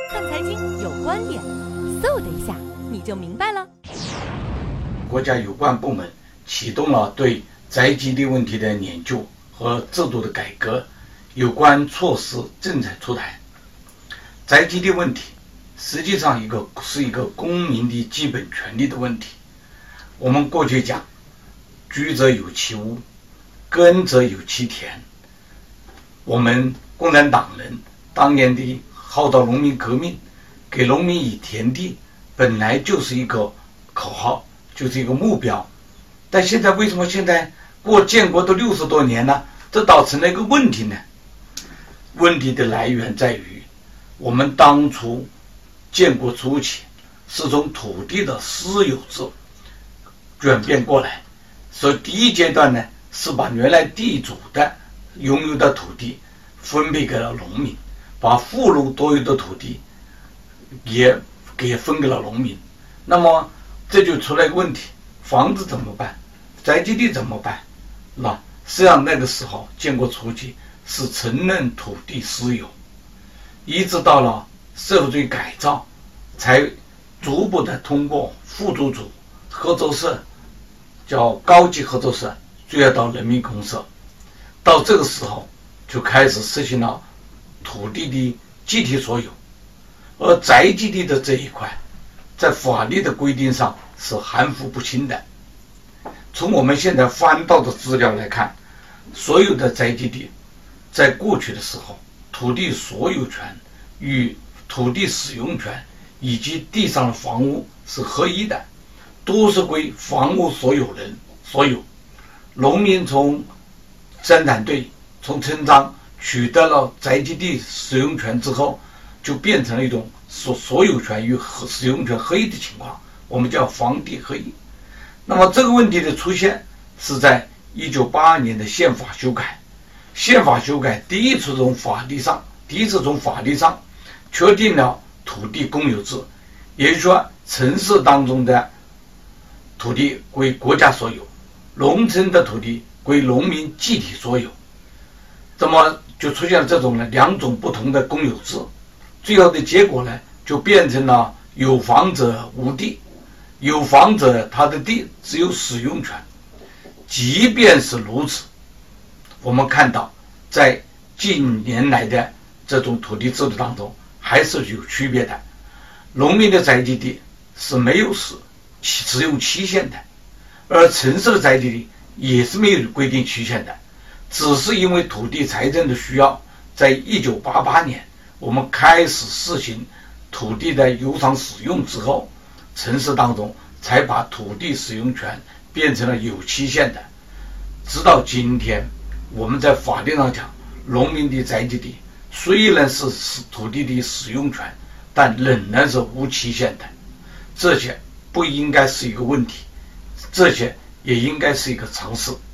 看财经有观点，嗖的一下你就明白了。 国家有关部门启动了对宅基地问题的研究和制度的改革，有关措施正在出台。宅基地问题实际上是一个公民的基本权利的问题。我们过去讲，居者有其屋，耕者有其田。我们共产党人当年的号召农民革命，给农民以田地，本来就是一个口号，就是一个目标。但现在为什么现在建国都60多年了，这导成了一个问题呢？问题的来源在于，我们当初建国初期是从土地的私有制转变过来，所以第一阶段呢，是把原来地主的拥有的土地分配给了农民，把富庶多余的土地也给分给了农民。那么这就出了一个问题，房子怎么办？宅基地怎么办？那实际上那个时候建国初期是承认土地私有，一直到了社会主义改造，才逐步的通过富族主合作社，叫高级合作社，最后到人民公社，到这个时候就开始实行了土地的集体所有。而宅基地的这一块，在法律的规定上是含糊不清的。从我们现在翻到的资料来看，所有的宅基地在过去的时候，土地所有权与土地使用权以及地上的房屋是合一的，都是归房屋所有人所有。农民从生产队、从村庄取得了宅基地使用权之后，就变成了一种所有权与使用权合一的情况，我们叫房地合一。那么这个问题的出现是在1982年的宪法修改。宪法修改第一次从法律上确定了土地公有制，也就是说城市当中的土地归国家所有，农村的土地归农民集体所有。那么就出现了这种两种不同的公有制，最后的结果呢，就变成了有房者无地，有房者他的地只有使用权。即便是如此，我们看到在近年来的这种土地制度当中还是有区别的。农民的宅基地是没有只有期限的，而城市的宅基地也是没有规定期限的，只是因为土地财政的需要，在1988年我们开始实行土地的有偿使用之后，城市当中才把土地使用权变成了有期限的。直到今天，我们在法律上讲，农民的宅基地虽然是土地的使用权，但仍然是无期限的。这些不应该是一个问题，这些也应该是一个常识。